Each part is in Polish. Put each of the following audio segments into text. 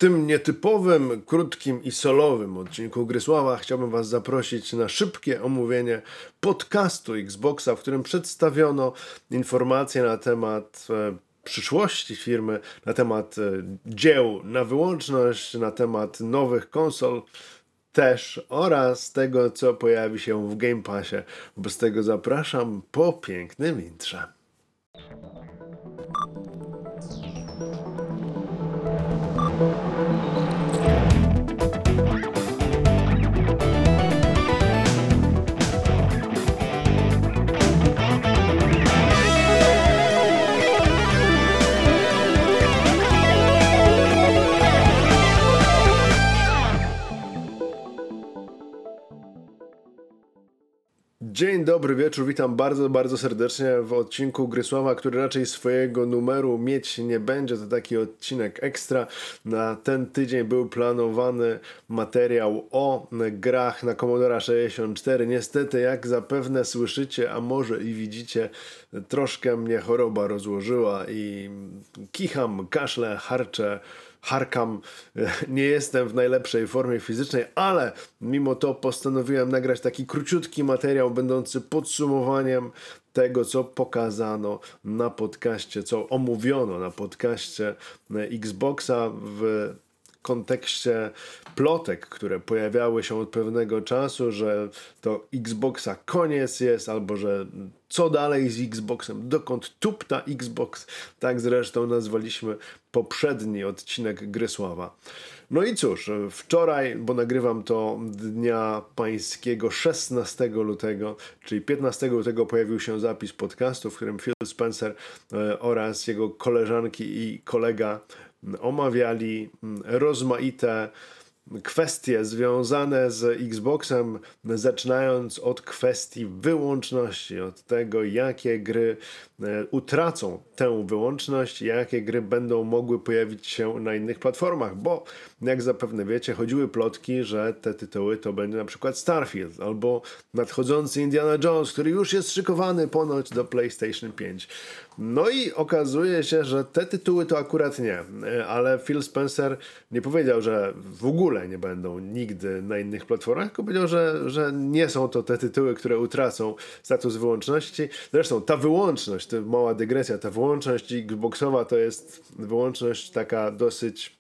tym nietypowym, krótkim i solowym odcinku Grysława chciałbym Was zaprosić na szybkie omówienie podcastu Xboxa, w którym przedstawiono informacje na temat przyszłości firmy, na temat dzieł na wyłączność, na temat nowych konsol też oraz tego, co pojawi się w Game Passie. Wobec tego zapraszam po pięknym intrze. Dzień dobry wieczór, witam bardzo serdecznie w odcinku Grysława, który raczej swojego numeru mieć nie będzie. To taki odcinek ekstra. Na ten tydzień był planowany materiał o grach na Commodore 64. Niestety, jak zapewne słyszycie, a może i widzicie, troszkę mnie choroba rozłożyła i kicham, kaszlę, harkam, nie jestem w najlepszej formie fizycznej, ale mimo to postanowiłem nagrać taki króciutki materiał będący podsumowaniem tego, co pokazano na podcaście, co omówiono na podcaście Xboxa w kontekście plotek, które pojawiały się od pewnego czasu, że to Xboxa koniec jest, albo że co dalej z Xboxem, dokąd tupta Xbox, tak zresztą nazwaliśmy poprzedni odcinek Grysława. No i cóż, wczoraj, bo nagrywam to dnia pańskiego 16 lutego, czyli 15 lutego pojawił się zapis podcastu, w którym Phil Spencer oraz jego koleżanki i kolega omawiali rozmaite kwestie związane z Xboxem, zaczynając od kwestii wyłączności, od tego, jakie gry utracą tę wyłączność, jakie gry będą mogły pojawić się na innych platformach, bo jak zapewne wiecie, chodziły plotki, że te tytuły to będzie na przykład Starfield albo nadchodzący Indiana Jones, który już jest szykowany ponoć do PlayStation 5. No i okazuje się, że te tytuły to akurat nie, ale Phil Spencer nie powiedział, że w ogóle nie będą nigdy na innych platformach, tylko powiedział, że nie są to te tytuły, które utracą status wyłączności. Zresztą ta wyłączność, to mała dygresja, ta wyłączność Xboxowa to jest wyłączność taka dosyć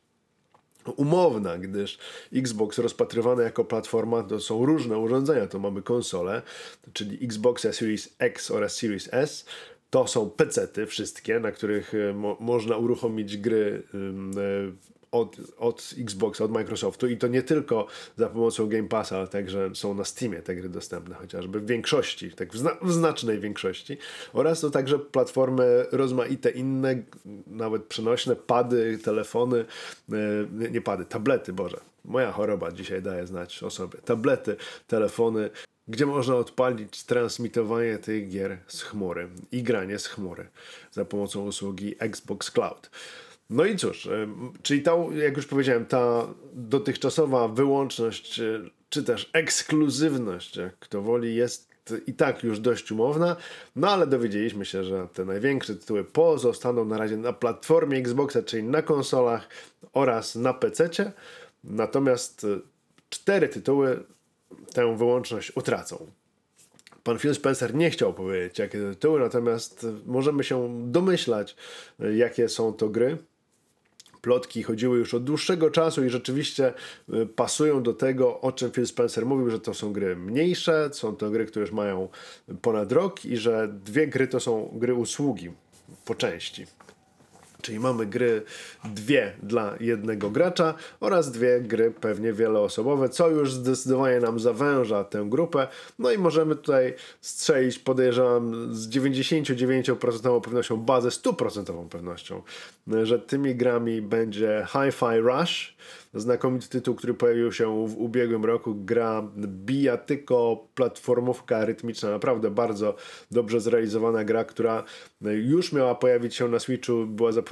umowna, gdyż Xbox rozpatrywany jako platforma to są różne urządzenia. To mamy konsole, czyli Xboxa Series X oraz Series S. To są pecety wszystkie, na których można uruchomić gry od Xboxa, od Microsoftu i to nie tylko za pomocą Game Passa, ale także są na Steamie te gry dostępne chociażby w większości, tak w znacznej większości, oraz to także platformy rozmaite inne, nawet przenośne, pady, telefony, nie pady, tablety, Boże, moja choroba dzisiaj daje znać o sobie, tablety, telefony, gdzie można odpalić transmitowanie tych gier z chmury i granie z chmury za pomocą usługi Xbox Cloud. No i cóż, czyli ta, jak już powiedziałem, ta dotychczasowa wyłączność, czy też ekskluzywność, jak kto woli, jest i tak już dość umowna, no ale dowiedzieliśmy się, że te największe tytuły pozostaną na razie na platformie Xboxa, czyli na konsolach oraz na PC-cie, natomiast 4 tytuły tę wyłączność utracą. Pan Phil Spencer nie chciał powiedzieć, jakie to tytuły, natomiast możemy się domyślać, jakie są to gry. Plotki chodziły już od dłuższego czasu i rzeczywiście pasują do tego, o czym Phil Spencer mówił, że to są gry mniejsze, są to gry, które już mają ponad rok i że 2 gry to są gry usługi po części. Czyli mamy gry 2 dla jednego gracza oraz 2 gry pewnie wieloosobowe, co już zdecydowanie nam zawęża tę grupę. No i możemy tutaj strzelić, podejrzewam, z 99% pewnością, bazę 100% pewnością, że tymi grami będzie Hi-Fi Rush, znakomity tytuł, który pojawił się w ubiegłym roku, gra bijatyko, platformówka rytmiczna, naprawdę bardzo dobrze zrealizowana gra, która już miała pojawić się na Switchu, była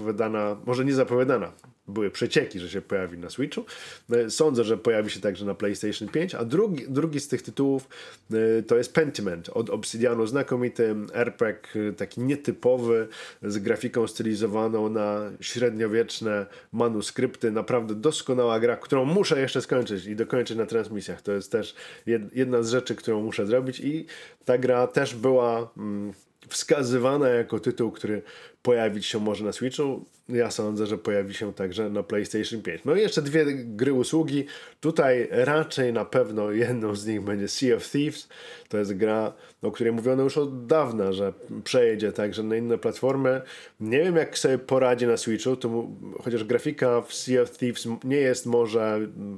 zapowiadana, może nie zapowiadana, były przecieki, że się pojawi na Switchu. Sądzę, że pojawi się także na PlayStation 5, a drugi z tych tytułów to jest Pentiment od Obsidianu, znakomity RPG, taki nietypowy, z grafiką stylizowaną na średniowieczne manuskrypty. Naprawdę doskonała gra, którą muszę jeszcze skończyć i dokończyć na transmisjach. To jest też jedna z rzeczy, którą muszę zrobić i ta gra też była wskazywana jako tytuł, który pojawić się może na Switchu. Ja sądzę, że pojawi się także na PlayStation 5. No i jeszcze dwie gry usługi. Tutaj raczej na pewno jedną z nich będzie Sea of Thieves. To jest gra, o której mówiono już od dawna, że przejedzie także na inne platformy. Nie wiem, jak sobie poradzi na Switchu, chociaż grafika w Sea of Thieves nie jest może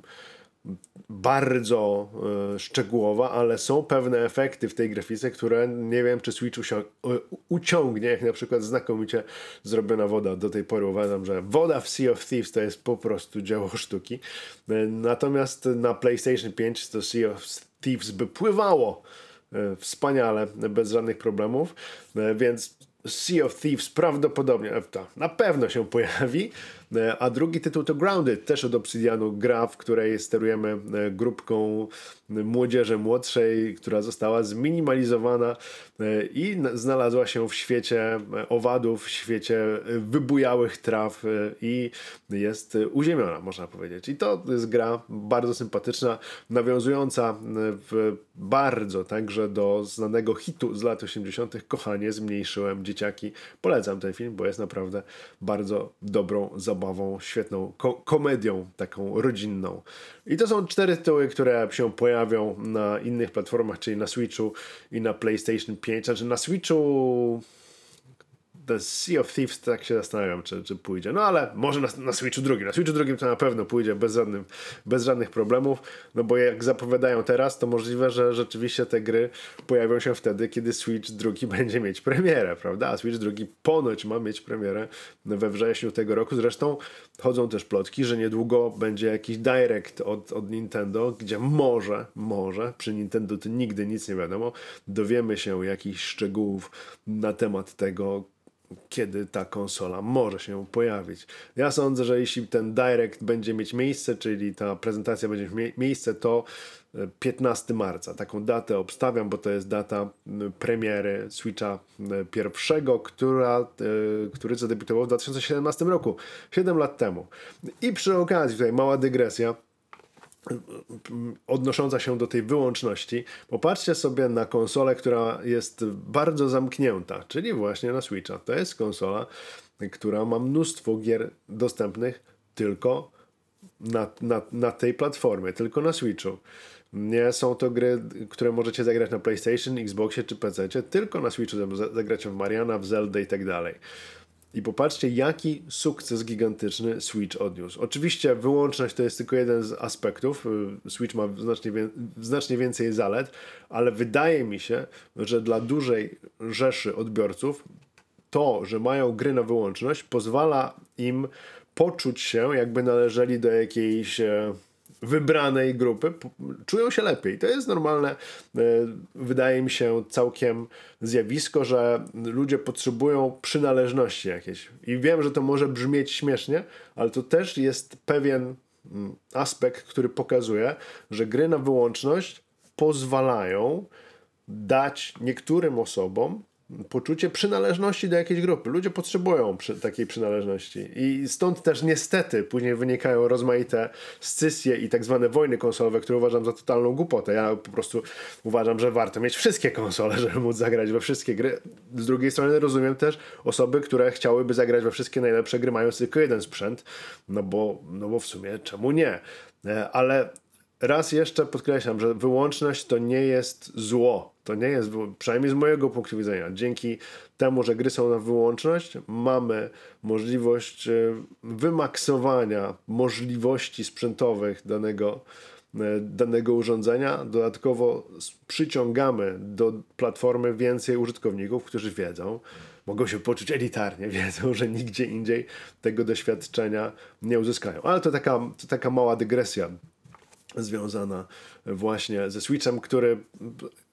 bardzo szczegółowa, ale są pewne efekty w tej grafice, które nie wiem, czy Switch uciągnie, jak na przykład znakomicie zrobiona woda. Do tej pory uważam, że woda w Sea of Thieves to jest po prostu dzieło sztuki. Natomiast na PlayStation 5 to Sea of Thieves by pływało wspaniale, bez żadnych problemów, więc Sea of Thieves prawdopodobnie, na pewno się pojawi, a drugi tytuł to Grounded, też od Obsidianu, gra, w której sterujemy grupką młodzieży młodszej, która została zminimalizowana i znalazła się w świecie owadów, w świecie wybujałych traw i jest uziemiona, można powiedzieć. I to jest gra bardzo sympatyczna, nawiązująca bardzo także do znanego hitu z lat 80. Kochanie, zmniejszyłem dzieciaki. Polecam ten film, bo jest naprawdę bardzo dobrą zabawą, świetną komedią taką rodzinną. I to są 4 tytuły, które się pojawią na innych platformach, czyli na Switchu i na PlayStation 5. Znaczy na Switchu The Sea of Thieves, tak się zastanawiam, czy pójdzie. No ale może na Switchu drugim. Na Switchu drugim to na pewno pójdzie bez żadnych problemów, no bo jak zapowiadają teraz, to możliwe, że rzeczywiście te gry pojawią się wtedy, kiedy Switch drugi będzie mieć premierę, prawda? A Switch drugi ponoć ma mieć premierę we wrześniu tego roku. Zresztą chodzą też plotki, że niedługo będzie jakiś direct od Nintendo, gdzie może, przy Nintendo to nigdy nic nie wiadomo, dowiemy się jakichś szczegółów na temat tego, kiedy ta konsola może się pojawić. Ja sądzę, że jeśli ten direct będzie mieć miejsce, czyli ta prezentacja będzie mieć miejsce, to 15 marca. Taką datę obstawiam, bo to jest data premiery Switcha pierwszego, który zadebiutował w 2017 roku, 7 lat temu. I przy okazji, tutaj mała dygresja, odnosząca się do tej wyłączności. Popatrzcie sobie na konsolę, która jest bardzo zamknięta, czyli właśnie na Switcha. To jest konsola, która ma mnóstwo gier dostępnych tylko na tej platformie, tylko na Switchu. Nie są to gry, które możecie zagrać na PlayStation, Xboxie czy PC, tylko na Switchu zagrać w Mariana, w Zelda i tak dalej. I popatrzcie, jaki sukces gigantyczny Switch odniósł. Oczywiście wyłączność to jest tylko jeden z aspektów. Switch ma znacznie więcej zalet, ale wydaje mi się, że dla dużej rzeszy odbiorców to, że mają gry na wyłączność, pozwala im poczuć się, jakby należeli do jakiejś wybranej grupy, czują się lepiej. To jest normalne, wydaje mi się, całkiem zjawisko, że ludzie potrzebują przynależności jakiejś. I wiem, że to może brzmieć śmiesznie, ale to też jest pewien aspekt, który pokazuje, że gry na wyłączność pozwalają dać niektórym osobom poczucie przynależności do jakiejś grupy. Ludzie potrzebują takiej przynależności. I stąd też niestety później wynikają rozmaite scysje i tak zwane wojny konsolowe, które uważam za totalną głupotę. Ja po prostu uważam, że warto mieć wszystkie konsole, żeby móc zagrać we wszystkie gry. Z drugiej strony rozumiem też osoby, które chciałyby zagrać we wszystkie najlepsze gry, mając tylko jeden sprzęt, no bo w sumie czemu nie? Ale raz jeszcze podkreślam, że wyłączność to nie jest zło. To nie jest, przynajmniej z mojego punktu widzenia. Dzięki temu, że gry są na wyłączność, mamy możliwość wymaksowania możliwości sprzętowych danego urządzenia. Dodatkowo przyciągamy do platformy więcej użytkowników, którzy wiedzą, mogą się poczuć elitarnie, wiedzą, że nigdzie indziej tego doświadczenia nie uzyskają. Ale to taka mała dygresja związana właśnie ze Switchem, który,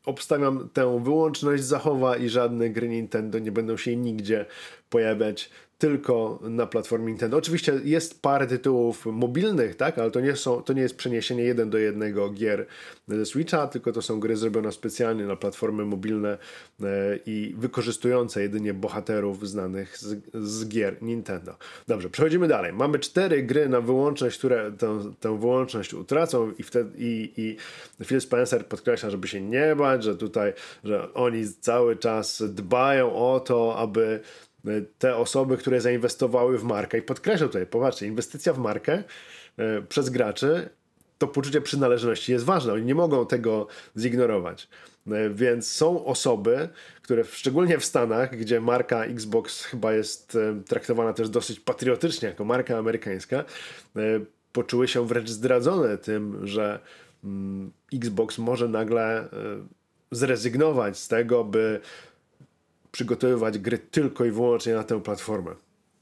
obstawiam, tę wyłączność zachowa i żadne gry Nintendo nie będą się nigdzie pojawiać tylko na platformie Nintendo. Oczywiście jest parę tytułów mobilnych, tak, ale to nie jest przeniesienie 1:1 gier ze Switcha, tylko to są gry zrobione specjalnie na platformy mobilne i wykorzystujące jedynie bohaterów znanych z gier Nintendo. Dobrze, przechodzimy dalej. Mamy 4 gry na wyłączność, które tę wyłączność utracą i Phil Spencer podkreśla, żeby się nie bać, że oni cały czas dbają o to, aby te osoby, które zainwestowały w markę, i podkreślam tutaj, popatrzcie, inwestycja w markę przez graczy, to poczucie przynależności jest ważne. Oni nie mogą tego zignorować. Więc są osoby, które szczególnie w Stanach, gdzie marka Xbox chyba jest traktowana też dosyć patriotycznie jako marka amerykańska, poczuły się wręcz zdradzone tym, że Xbox może nagle zrezygnować z tego, by przygotowywać gry tylko i wyłącznie na tę platformę.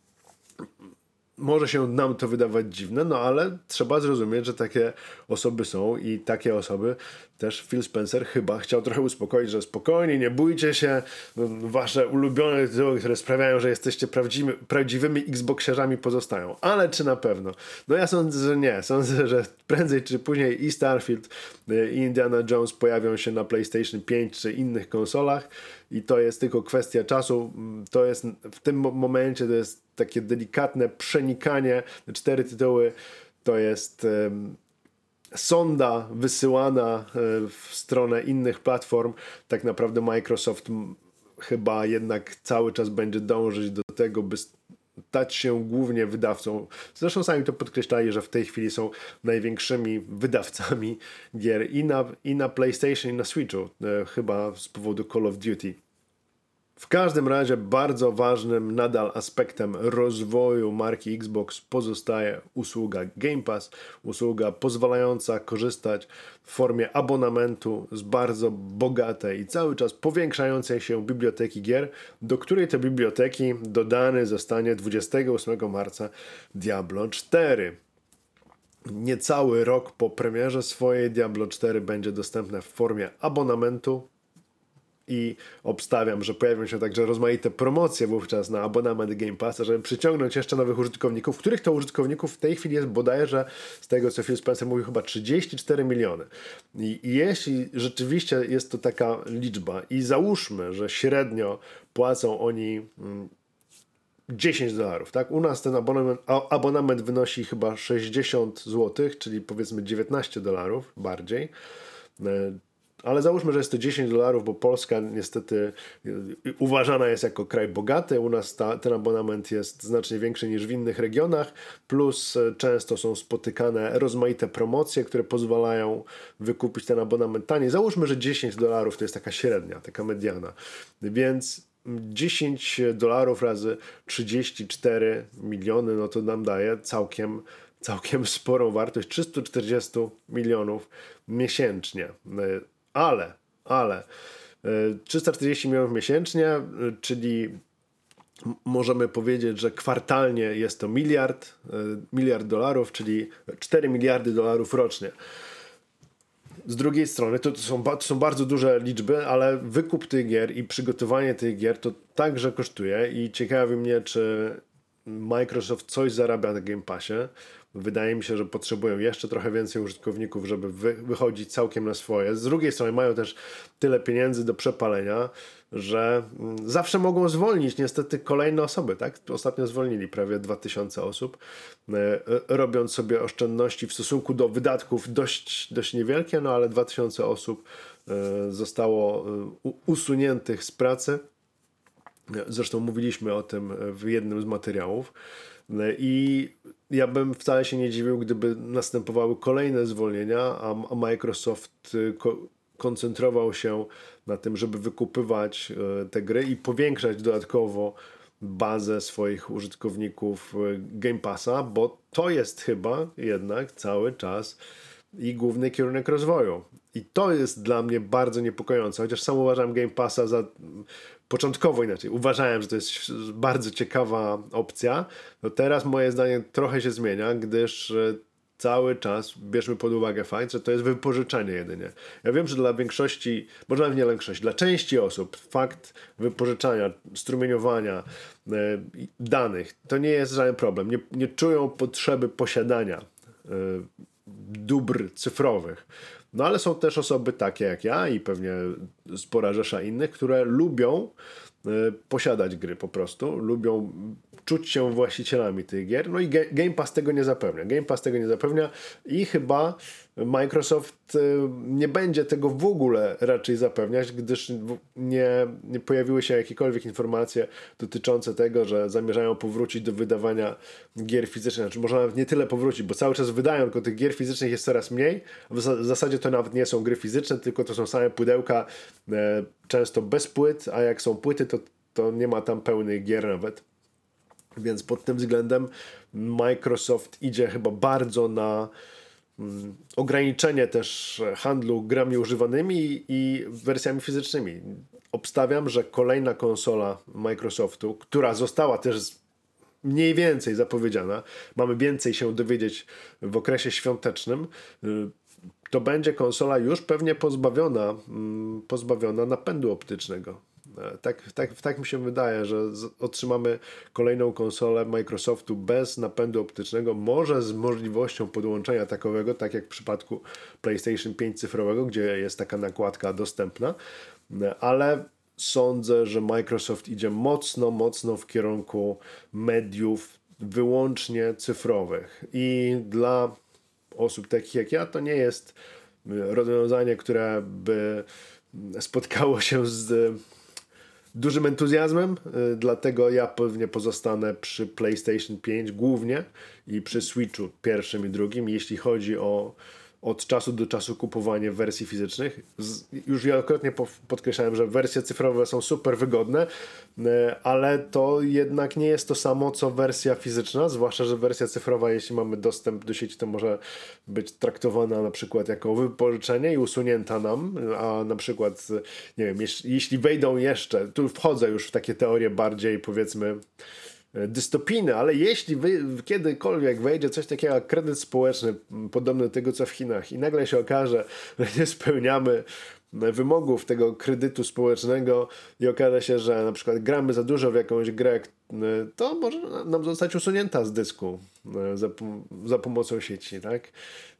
Może się nam to wydawać dziwne, no ale trzeba zrozumieć, że takie osoby są i takie osoby też Phil Spencer chyba chciał trochę uspokoić, że spokojnie, nie bójcie się, wasze ulubione tytuły, które sprawiają, że jesteście prawdziwymi Xboxiarzami pozostają. Ale czy na pewno? No ja sądzę, że nie. Sądzę, że prędzej czy później i Starfield, i Indiana Jones pojawią się na PlayStation 5 czy innych konsolach i to jest tylko kwestia czasu. To jest w tym momencie to jest takie delikatne przenikanie. 4 tytuły to jest sonda wysyłana w stronę innych platform. Tak naprawdę Microsoft chyba jednak cały czas będzie dążyć do tego, by stać się głównie wydawcą. Zresztą sami to podkreślali, że w tej chwili są największymi wydawcami gier i na PlayStation, i na Switchu. Chyba z powodu Call of Duty. W każdym razie bardzo ważnym nadal aspektem rozwoju marki Xbox pozostaje usługa Game Pass, usługa pozwalająca korzystać w formie abonamentu z bardzo bogatej i cały czas powiększającej się biblioteki gier, do której to biblioteki dodany zostanie 28 marca Diablo 4. Niecały rok po premierze swojej Diablo 4 będzie dostępne w formie abonamentu. I obstawiam, że pojawią się także rozmaite promocje wówczas na abonament Game Passa, żeby przyciągnąć jeszcze nowych użytkowników, których to użytkowników w tej chwili jest bodajże, z tego co Phil Spencer mówił, chyba 34 miliony. I jeśli rzeczywiście jest to taka liczba i załóżmy, że średnio płacą oni $10, tak? U nas ten abonament wynosi chyba 60 zł, czyli powiedzmy $19 bardziej. Ale załóżmy, że jest to $10, bo Polska niestety uważana jest jako kraj bogaty. U nas ten abonament jest znacznie większy niż w innych regionach, plus często są spotykane rozmaite promocje, które pozwalają wykupić ten abonament taniej. Załóżmy, że $10 to jest taka średnia, taka mediana. Więc $10 razy 34 miliony, no to nam daje całkiem sporą wartość, 340 milionów miesięcznie. Ale 340 milionów miesięcznie, czyli możemy powiedzieć, że kwartalnie jest to miliard dolarów, czyli 4 miliardy dolarów rocznie. Z drugiej strony to są bardzo duże liczby, ale wykup tych gier i przygotowanie tych gier to także kosztuje i ciekawi mnie, czy Microsoft coś zarabia na Game Passie. Wydaje mi się, że potrzebują jeszcze trochę więcej użytkowników, żeby wychodzić całkiem na swoje. Z drugiej strony mają też tyle pieniędzy do przepalenia, że zawsze mogą zwolnić niestety kolejne osoby, tak? Ostatnio zwolnili prawie 2000 osób, robiąc sobie oszczędności w stosunku do wydatków dość niewielkie, no ale 2000 osób zostało usuniętych z pracy. Zresztą mówiliśmy o tym w jednym z materiałów. I ja bym wcale się nie dziwił, gdyby następowały kolejne zwolnienia, a Microsoft koncentrował się na tym, żeby wykupywać te gry i powiększać dodatkowo bazę swoich użytkowników Game Passa, bo to jest chyba jednak cały czas i główny kierunek rozwoju. I to jest dla mnie bardzo niepokojące, chociaż sam uważam Game Passa za początkowo inaczej. Uważałem, że to jest bardzo ciekawa opcja. No teraz moje zdanie trochę się zmienia, gdyż cały czas bierzmy pod uwagę fakt, że to jest wypożyczenie jedynie. Ja wiem, że dla większości, może nawet nie dla większości, dla części osób fakt wypożyczania, strumieniowania danych to nie jest żaden problem. Nie czują potrzeby posiadania dóbr cyfrowych. No ale są też osoby takie jak ja i pewnie spora rzesza innych, które lubią posiadać gry po prostu, lubią czuć się właścicielami tych gier, no i Game Pass tego nie zapewnia. Game Pass tego nie zapewnia i chyba Microsoft nie będzie tego w ogóle raczej zapewniać, gdyż nie pojawiły się jakiekolwiek informacje dotyczące tego, że zamierzają powrócić do wydawania gier fizycznych. Znaczy może nawet nie tyle powrócić, bo cały czas wydają, tylko tych gier fizycznych jest coraz mniej. W zasadzie to nawet nie są gry fizyczne, tylko to są same pudełka, często bez płyt, a jak są płyty, to nie ma tam pełnych gier nawet. Więc pod tym względem Microsoft idzie chyba bardzo na ograniczenie też handlu grami używanymi i wersjami fizycznymi. Obstawiam, że kolejna konsola Microsoftu, która została też mniej więcej zapowiedziana, mamy więcej się dowiedzieć w okresie świątecznym, to będzie konsola już pewnie pozbawiona napędu optycznego. Tak mi się wydaje, że otrzymamy kolejną konsolę Microsoftu bez napędu optycznego, może z możliwością podłączenia takowego, tak jak w przypadku PlayStation 5 cyfrowego, gdzie jest taka nakładka dostępna, ale sądzę, że Microsoft idzie mocno w kierunku mediów wyłącznie cyfrowych i dla osób takich jak ja to nie jest rozwiązanie, które by spotkało się z dużym entuzjazmem, dlatego ja pewnie pozostanę przy PlayStation 5 głównie i przy Switchu pierwszym i drugim, jeśli chodzi o od czasu do czasu kupowanie wersji fizycznych. Już wielokrotnie podkreślałem, że wersje cyfrowe są super wygodne, ale to jednak nie jest to samo co wersja fizyczna, zwłaszcza, że wersja cyfrowa, jeśli mamy dostęp do sieci, to może być traktowana na przykład jako wypożyczenie i usunięta nam, a na przykład, nie wiem, jeśli wejdą jeszcze, tu wchodzę już w takie teorie bardziej, powiedzmy, dystopijny, ale jeśli kiedykolwiek wejdzie coś takiego jak kredyt społeczny, podobny do tego co w Chinach i nagle się okaże, że nie spełniamy wymogów tego kredytu społecznego i okaże się, że na przykład gramy za dużo w jakąś grę, to może nam zostać usunięta z dysku za pomocą sieci, tak?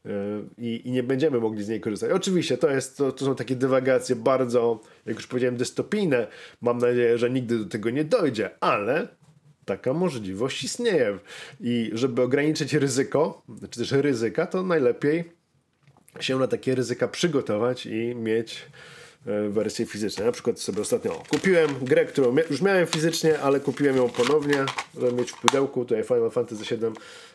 I nie będziemy mogli z niej korzystać. Oczywiście to są takie dywagacje bardzo, jak już powiedziałem, dystopijne. Mam nadzieję, że nigdy do tego nie dojdzie, ale taka możliwość istnieje. I żeby ograniczyć ryzyko, czy też ryzyka, to najlepiej się na takie ryzyka przygotować i mieć wersje fizyczne. Na przykład sobie ostatnio kupiłem grę, którą już miałem fizycznie, ale kupiłem ją ponownie, żeby mieć w pudełku. Tutaj Final Fantasy VII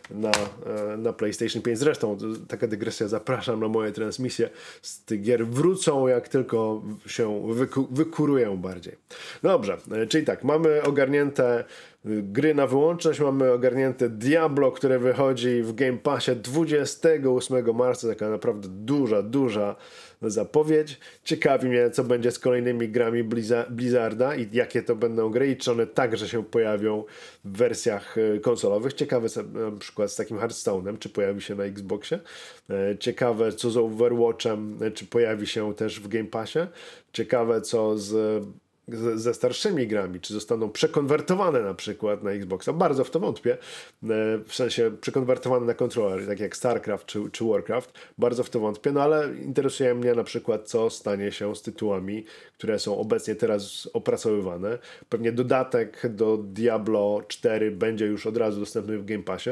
na PlayStation 5. Zresztą taka dygresja, zapraszam na moje transmisje z tych gier. Wrócą jak tylko się wykurują bardziej. Dobrze, czyli tak, mamy ogarnięte gry na wyłączność, mamy ogarnięte Diablo, które wychodzi w Game Passie 28 marca, taka naprawdę duża zapowiedź. Ciekawi mnie, co będzie z kolejnymi grami Blizzarda i jakie to będą gry i czy one także się pojawią w wersjach konsolowych. Ciekawe na przykład z takim Hearthstone'em, czy pojawi się na Xboxie. Ciekawe, co z Overwatchem, czy pojawi się też w Game Passie. Ciekawe, co ze starszymi grami, czy zostaną przekonwertowane na przykład na Xboxa. Bardzo w to wątpię. W sensie przekonwertowane na kontroler, tak jak StarCraft czy Warcraft. Bardzo w to wątpię, no ale interesuje mnie na przykład, co stanie się z tytułami, które są obecnie teraz opracowywane. Pewnie dodatek do Diablo 4 będzie już od razu dostępny w Game Passie.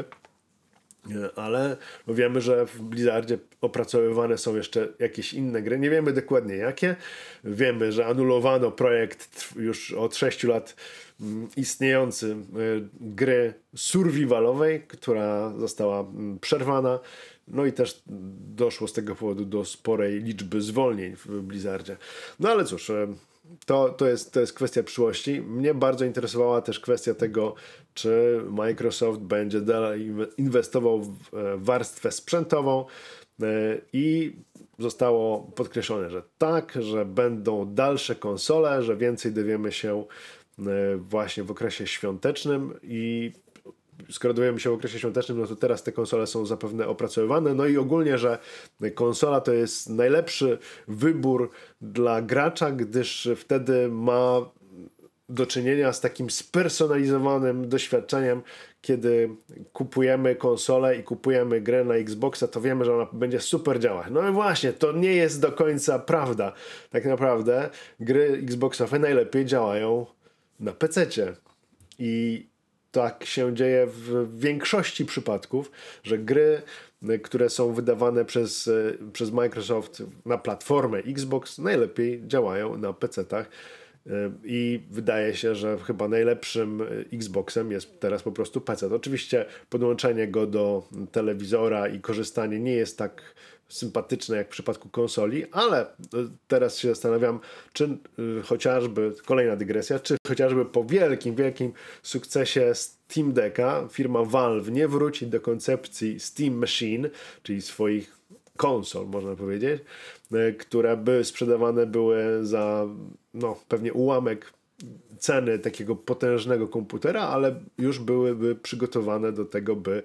Ale wiemy, że w Blizzardzie opracowywane są jeszcze jakieś inne gry. Nie wiemy dokładnie jakie. Wiemy, że anulowano projekt już od 6 lat istniejący gry survivalowej, która została przerwana. No i też doszło z tego powodu do sporej liczby zwolnień w Blizzardzie. No ale cóż, to jest kwestia przyszłości. Mnie bardzo interesowała też kwestia tego, czy Microsoft będzie dalej inwestował w warstwę sprzętową i zostało podkreślone, że tak, że będą dalsze konsole, że więcej dowiemy się właśnie w okresie świątecznym i skoro dowiemy się w okresie świątecznym, no to teraz te konsole są zapewne opracowywane. No i ogólnie, że konsola to jest najlepszy wybór dla gracza, gdyż wtedy ma do czynienia z takim spersonalizowanym doświadczeniem, kiedy kupujemy konsolę i kupujemy grę na Xboxa, to wiemy, że ona będzie super działać. No i właśnie, to nie jest do końca prawda. Tak naprawdę gry Xboxowe najlepiej działają na PC-cie. I tak się dzieje w większości przypadków, że gry, które są wydawane przez Microsoft na platformę Xbox, najlepiej działają na PC-tach. I wydaje się, że chyba najlepszym Xboxem jest teraz po prostu PC. Oczywiście podłączenie go do telewizora i korzystanie nie jest tak sympatyczne jak w przypadku konsoli, ale teraz się zastanawiam, czy chociażby, kolejna dygresja, czy chociażby po wielkim sukcesie Steam Decka firma Valve nie wróci do koncepcji Steam Machine, czyli swoich konsol, można powiedzieć, które by sprzedawane były za pewnie ułamek ceny takiego potężnego komputera, ale już byłyby przygotowane do tego, by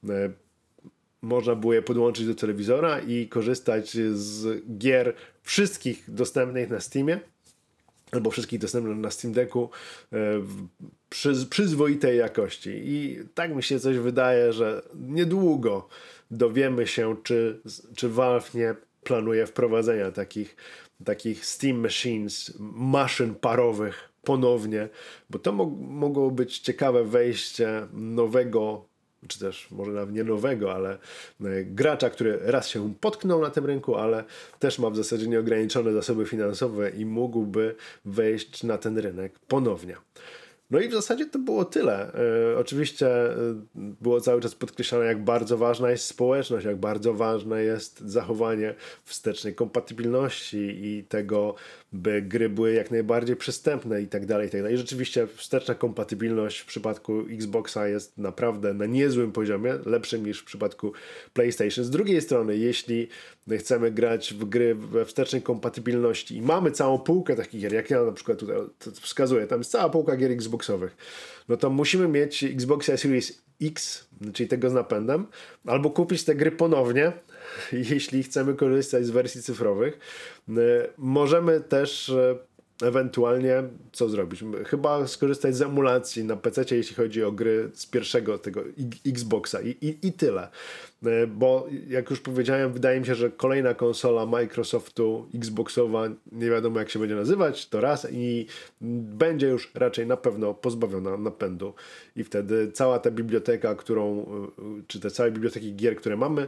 można było je podłączyć do telewizora i korzystać z gier wszystkich dostępnych na Steamie albo wszystkich dostępnych na Steam Decku w przyzwoitej jakości. I tak mi się coś wydaje, że niedługo dowiemy się, czy Valve nie planuje wprowadzenia takich Steam Machines, maszyn parowych ponownie, bo to mogło być ciekawe wejście nowego, czy też może nawet nie nowego, ale gracza, który raz się potknął na tym rynku, ale też ma w zasadzie nieograniczone zasoby finansowe i mógłby wejść na ten rynek ponownie. No i w zasadzie to było tyle. Oczywiście było cały czas podkreślane, jak bardzo ważna jest społeczność, jak bardzo ważne jest zachowanie wstecznej kompatybilności i tego, by gry były jak najbardziej przystępne i tak dalej, i tak dalej. I rzeczywiście wsteczna kompatybilność w przypadku Xboxa jest naprawdę na niezłym poziomie, lepszym niż w przypadku PlayStation. Z drugiej strony, jeśli chcemy grać w gry we wstecznej kompatybilności i mamy całą półkę takich gier, jak ja na przykład tutaj wskazuję, tam jest cała półka gier Xboxowych, no to musimy mieć Xboxa Series X, czyli tego z napędem, albo kupić te gry ponownie, jeśli chcemy korzystać z wersji cyfrowych. Możemy też ewentualnie co zrobić? Chyba skorzystać z emulacji na PC, jeśli chodzi o gry z pierwszego tego Xboxa i tyle. Bo jak już powiedziałem, wydaje mi się, że kolejna konsola Microsoftu Xboxowa, nie wiadomo jak się będzie nazywać, to raz i będzie już raczej na pewno pozbawiona napędu i wtedy cała ta biblioteka, czy te całe biblioteki gier, które mamy,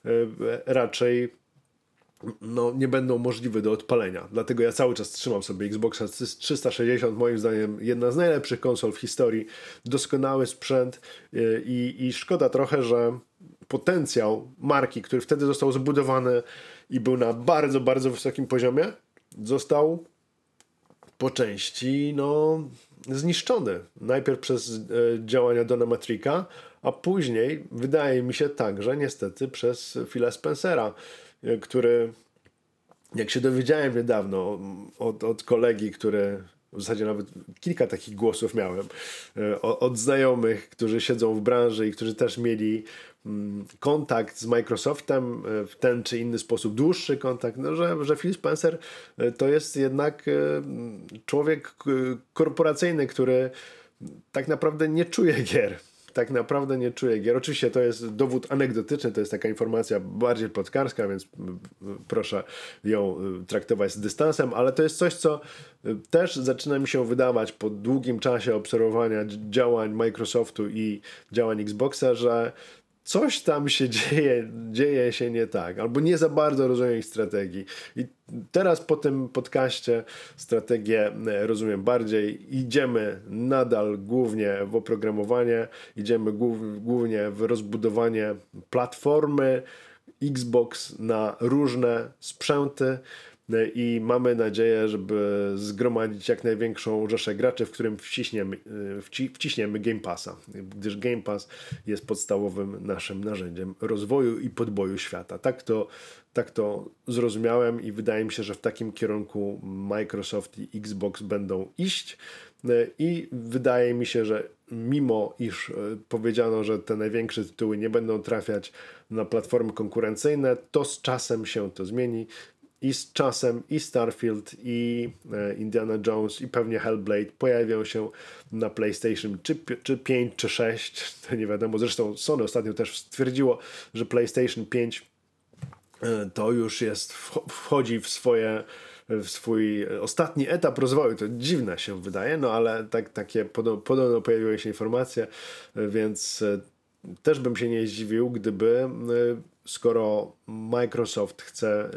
raczej nie będą możliwe do odpalenia. Dlatego ja cały czas trzymam sobie Xboxa 360, moim zdaniem jedna z najlepszych konsol w historii, doskonały sprzęt i szkoda trochę, że potencjał marki, który wtedy został zbudowany i był na bardzo, bardzo wysokim poziomie, został po części zniszczony. Najpierw przez działania Dona Matricka, a później wydaje mi się także niestety przez Phila Spencera, który, jak się dowiedziałem niedawno od kolegi, który w zasadzie nawet kilka takich głosów miałem, od znajomych, którzy siedzą w branży i którzy też mieli kontakt z Microsoftem w ten czy inny sposób, dłuższy kontakt, że Phil Spencer to jest jednak człowiek korporacyjny, który tak naprawdę nie czuje gier. Tak naprawdę nie czuję gier. Oczywiście to jest dowód anegdotyczny, to jest taka informacja bardziej plotkarska, więc proszę ją traktować z dystansem, ale to jest coś, co też zaczyna mi się wydawać po długim czasie obserwowania działań Microsoftu i działań Xboxa, że coś tam się dzieje się nie tak, albo nie za bardzo rozumiem ich strategii. I teraz po tym podcaście strategię rozumiem bardziej. Idziemy nadal głównie w oprogramowanie, idziemy głównie w rozbudowanie platformy Xbox na różne sprzęty i mamy nadzieję, żeby zgromadzić jak największą rzeszę graczy, w którym wciśniemy Game Passa, gdyż Game Pass jest podstawowym naszym narzędziem rozwoju i podboju świata. Tak to zrozumiałem i wydaje mi się, że w takim kierunku Microsoft i Xbox będą iść i wydaje mi się, że mimo iż powiedziano, że te największe tytuły nie będą trafiać na platformy konkurencyjne, to z czasem się to zmieni. I z czasem i Starfield, i Indiana Jones, i pewnie Hellblade pojawią się na PlayStation czy 5, czy 6, to nie wiadomo. Zresztą Sony ostatnio też stwierdziło, że PlayStation 5 to już wchodzi w swój ostatni etap rozwoju. To dziwne się wydaje, no ale takie podobno pojawiły się informacje, więc też bym się nie zdziwił, gdyby skoro Microsoft chce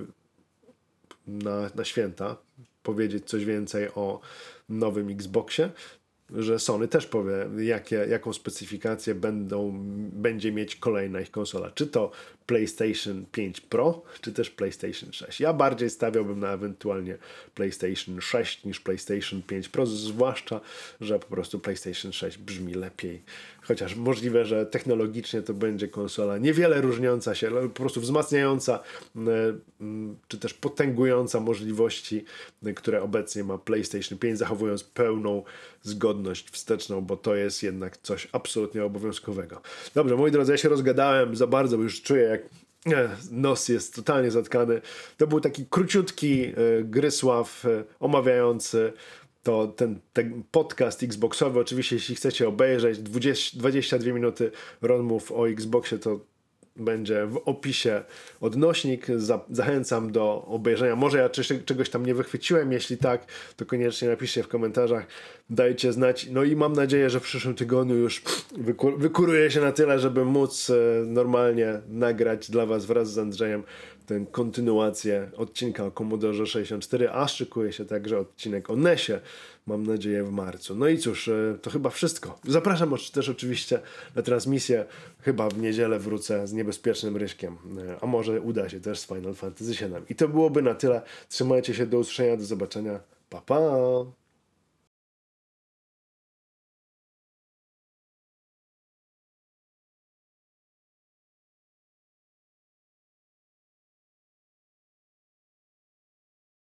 na święta powiedzieć coś więcej o nowym Xboxie, że Sony też powie, jaką specyfikację będzie mieć kolejna ich konsola. Czy to PlayStation 5 Pro, czy też PlayStation 6. Ja bardziej stawiałbym na ewentualnie PlayStation 6 niż PlayStation 5 Pro, zwłaszcza, że po prostu PlayStation 6 brzmi lepiej. Chociaż możliwe, że technologicznie to będzie konsola niewiele różniąca się, ale po prostu wzmacniająca, czy też potęgująca możliwości, które obecnie ma PlayStation 5, zachowując pełną zgodność wsteczną, bo to jest jednak coś absolutnie obowiązkowego. Dobrze, moi drodzy, ja się rozgadałem za bardzo, bo już czuję, jak nos jest totalnie zatkany. To był taki króciutki Grysław omawiający ten podcast Xboxowy. Oczywiście, jeśli chcecie obejrzeć 22 minuty rozmów o Xboxie, to będzie w opisie odnośnik. Zachęcam do obejrzenia. Może ja czegoś tam nie wychwyciłem. Jeśli tak, to koniecznie napiszcie w komentarzach. Dajcie znać. No i mam nadzieję, że w przyszłym tygodniu już wykuruję się na tyle, żeby móc normalnie nagrać dla Was wraz z Andrzejem tę kontynuację odcinka o Commodore 64, a szykuje się także odcinek o NES-ie, mam nadzieję w marcu. No i cóż, to chyba wszystko. Zapraszam też oczywiście na transmisję. Chyba w niedzielę wrócę z Niebezpiecznym Ryśkiem, a może uda się też z Final Fantasy VII. I to byłoby na tyle. Trzymajcie się, do usłyszenia, do zobaczenia. Pa, pa!